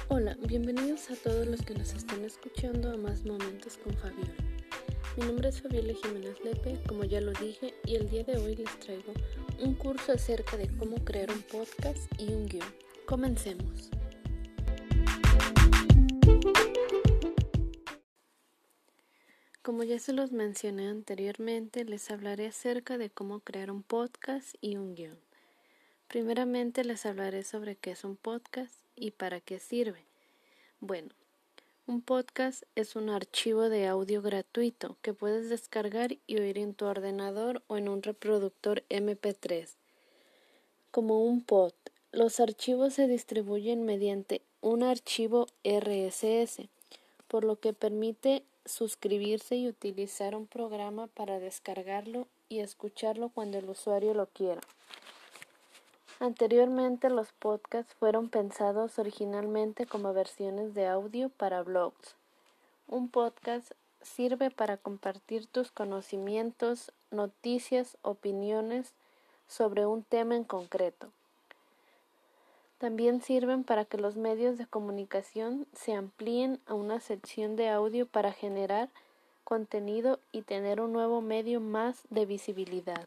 Hola, bienvenidos a todos los que nos están escuchando a Más Momentos con Fabiola. Mi nombre es Fabiola Jiménez Lepe, como ya lo dije, y el día de hoy les traigo un curso acerca de cómo crear un podcast y un guión. Comencemos. Como ya se los mencioné anteriormente, les hablaré acerca de cómo crear un podcast y un guión. Primeramente les hablaré sobre qué es un podcast y para qué sirve. Bueno, un podcast es un archivo de audio gratuito que puedes descargar y oír en tu ordenador o en un reproductor MP3. Como un pod, los archivos se distribuyen mediante un archivo RSS, por lo que permite suscribirse y utilizar un programa para descargarlo y escucharlo cuando el usuario lo quiera. Anteriormente, los podcasts fueron pensados originalmente como versiones de audio para blogs. Un podcast sirve para compartir tus conocimientos, noticias, opiniones sobre un tema en concreto. También sirven para que los medios de comunicación se amplíen a una sección de audio para generar contenido y tener un nuevo medio más de visibilidad.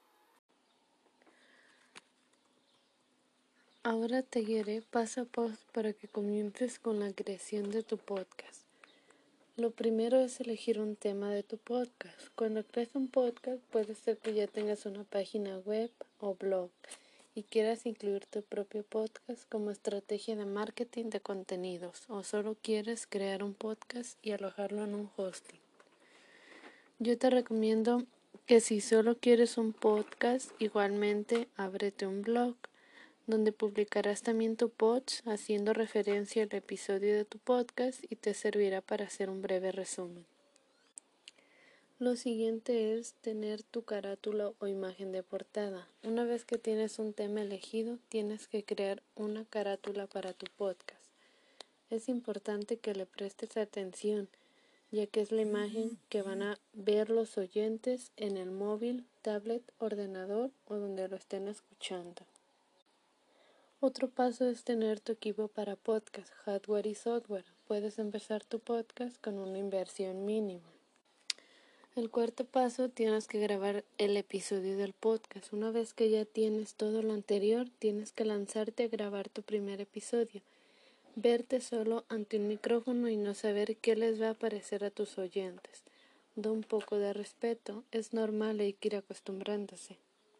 Ahora te guiaré paso a paso para que comiences con la creación de tu podcast. Lo primero es elegir un tema de tu podcast. Cuando creas un podcast, puede ser que ya tengas una página web o blog y quieras incluir tu propio podcast como estrategia de marketing de contenidos, o solo quieres crear un podcast y alojarlo en un hosting. Yo te recomiendo que si solo quieres un podcast, igualmente ábrete un blog donde publicarás también tu post haciendo referencia al episodio de tu podcast y te servirá para hacer un breve resumen. Lo siguiente es tener tu carátula o imagen de portada. Una vez que tienes un tema elegido, tienes que crear una carátula para tu podcast. Es importante que le prestes atención, ya que es la imagen que van a ver los oyentes en el móvil, tablet, ordenador o donde lo estén escuchando. Otro paso es tener tu equipo para podcast, hardware y software. Puedes empezar tu podcast con una inversión mínima. El cuarto paso, tienes que grabar el episodio del podcast. Una vez que ya tienes todo lo anterior, tienes que lanzarte a grabar tu primer episodio. Verte solo ante un micrófono y no saber qué les va a parecer a tus oyentes. Da un poco de respeto, es normal, hay que ir acostumbrándose.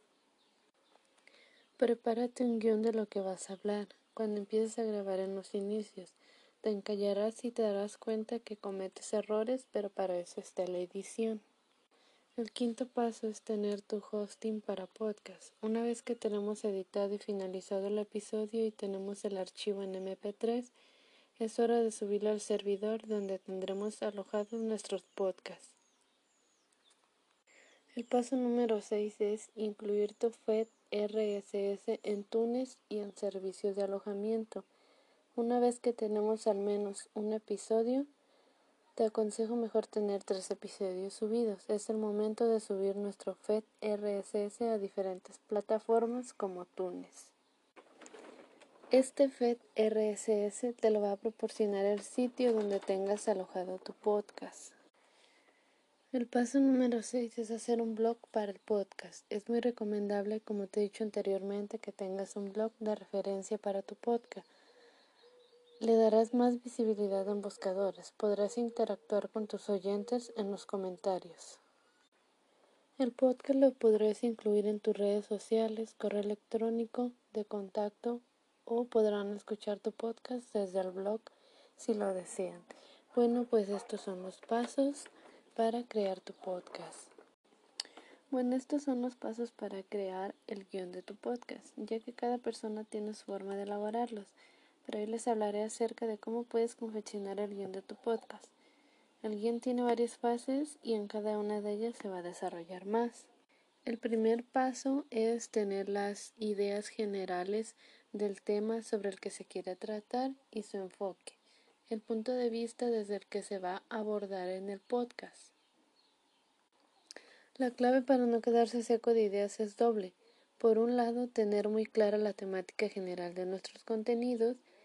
Prepárate un guión de lo que vas a hablar. Cuando empieces a grabar en los inicios, te encallarás y te darás cuenta que cometes errores, pero para eso está la edición. El quinto paso es tener tu hosting para podcast. Una vez que tenemos editado y finalizado el episodio y tenemos el archivo en MP3, es hora de subirlo al servidor donde tendremos alojados nuestros podcasts. El paso número 6 es incluir tu feed RSS en iTunes y en servicios de alojamiento. Una vez que tenemos al menos un episodio, te aconsejo mejor tener 3 episodios subidos. Es el momento de subir nuestro feed RSS a diferentes plataformas como iTunes. Este feed RSS te lo va a proporcionar el sitio donde tengas alojado tu podcast. El paso número 6 es hacer un blog para el podcast. Es muy recomendable, como te he dicho anteriormente, que tengas un blog de referencia para tu podcast. Le darás más visibilidad en buscadores. Podrás interactuar con tus oyentes en los comentarios. El podcast lo podrás incluir en tus redes sociales, correo electrónico, de contacto, o podrán escuchar tu podcast desde el blog si lo desean. Bueno, pues estos son los pasos para crear tu podcast. Bueno, estos son los pasos para crear el guión de tu podcast, ya que cada persona tiene su forma de elaborarlos, pero hoy les hablaré acerca de cómo puedes confeccionar el guión de tu podcast. El guión tiene varias fases y en cada una de ellas se va a desarrollar más. El primer paso es tener las ideas generales del tema sobre el que se quiere tratar y su enfoque, el punto de vista desde el que se va a abordar en el podcast. La clave para no quedarse seco de ideas es doble. Por un lado, tener muy clara la temática general de nuestros contenidos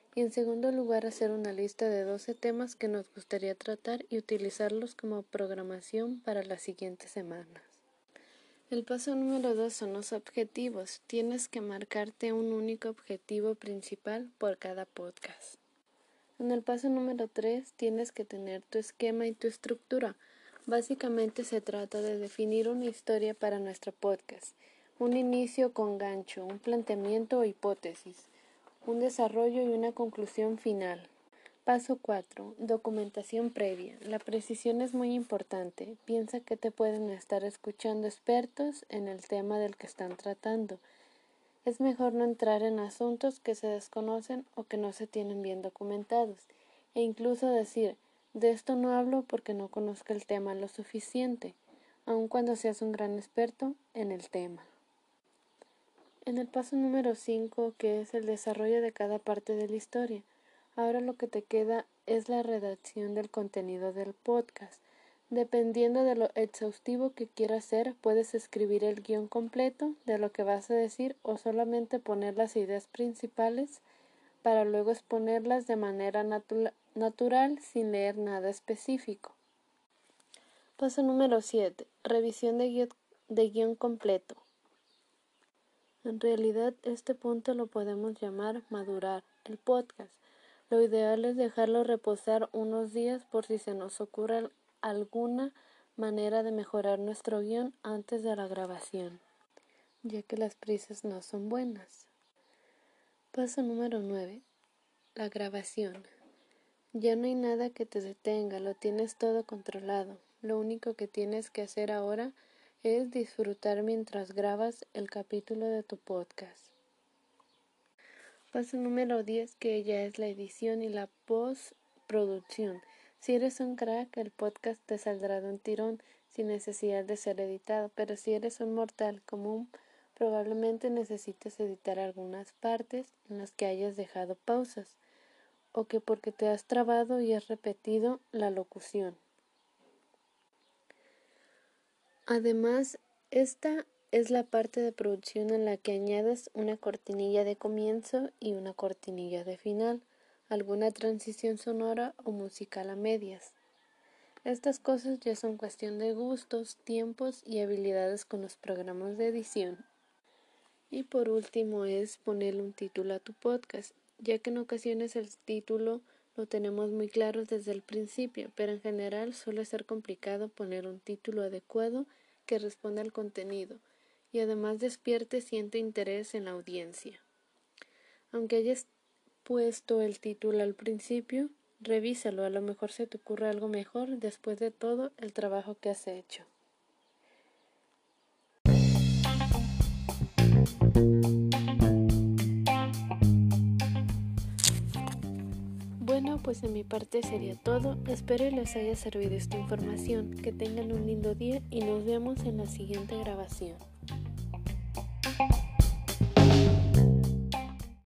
Y en segundo lugar, hacer una lista de 12 temas que nos gustaría tratar y utilizarlos como programación para las siguientes semanas. El paso número 2 son los objetivos. Tienes que marcarte un único objetivo principal por cada podcast. En el paso número 3 tienes que tener tu esquema y tu estructura. Básicamente se trata de definir una historia para nuestro podcast, un inicio con gancho, un planteamiento o hipótesis, un desarrollo y una conclusión final. Paso 4. Documentación previa. La precisión es muy importante. Piensa que te pueden estar escuchando expertos en el tema del que están tratando. Es mejor no entrar en asuntos que se desconocen o que no se tienen bien documentados, e incluso decir, de esto no hablo porque no conozco el tema lo suficiente, aun cuando seas un gran experto en el tema. En el paso número 5, que es el desarrollo de cada parte de la historia, ahora lo que te queda es la redacción del contenido del podcast. Dependiendo de lo exhaustivo que quieras ser, puedes escribir el guión completo de lo que vas a decir o solamente poner las ideas principales para luego exponerlas de manera natural sin leer nada específico. Paso número 7. Revisión de guión completo. En realidad, este punto lo podemos llamar madurar el podcast. Lo ideal es dejarlo reposar unos días por si se nos ocurre alguna manera de mejorar nuestro guión antes de la grabación, ya que las prisas no son buenas. Paso número 9. La grabación. Ya no hay nada que te detenga, lo tienes todo controlado. Lo único que tienes que hacer ahora es disfrutar mientras grabas el capítulo de tu podcast. Paso número 10, que ya es la edición y la postproducción. Si eres un crack, el podcast te saldrá de un tirón sin necesidad de ser editado, pero si eres un mortal común, probablemente necesites editar algunas partes en las que hayas dejado pausas, o que porque te has trabado y has repetido la locución. Además, esta es la parte de producción en la que añades una cortinilla de comienzo y una cortinilla de final, alguna transición sonora o musical a medias. Estas cosas ya son cuestión de gustos, tiempos y habilidades con los programas de edición. Y por último es ponerle un título a tu podcast, ya que en ocasiones el título lo tenemos muy claro desde el principio, pero en general suele ser complicado poner un título adecuado que responda al contenido y además despierte cierto interés en la audiencia. Aunque hayas puesto el título al principio, revísalo, a lo mejor se te ocurre algo mejor después de todo el trabajo que has hecho. Bueno, pues de mi parte sería todo. Espero les haya servido esta información. Que tengan un lindo día y nos vemos en la siguiente grabación.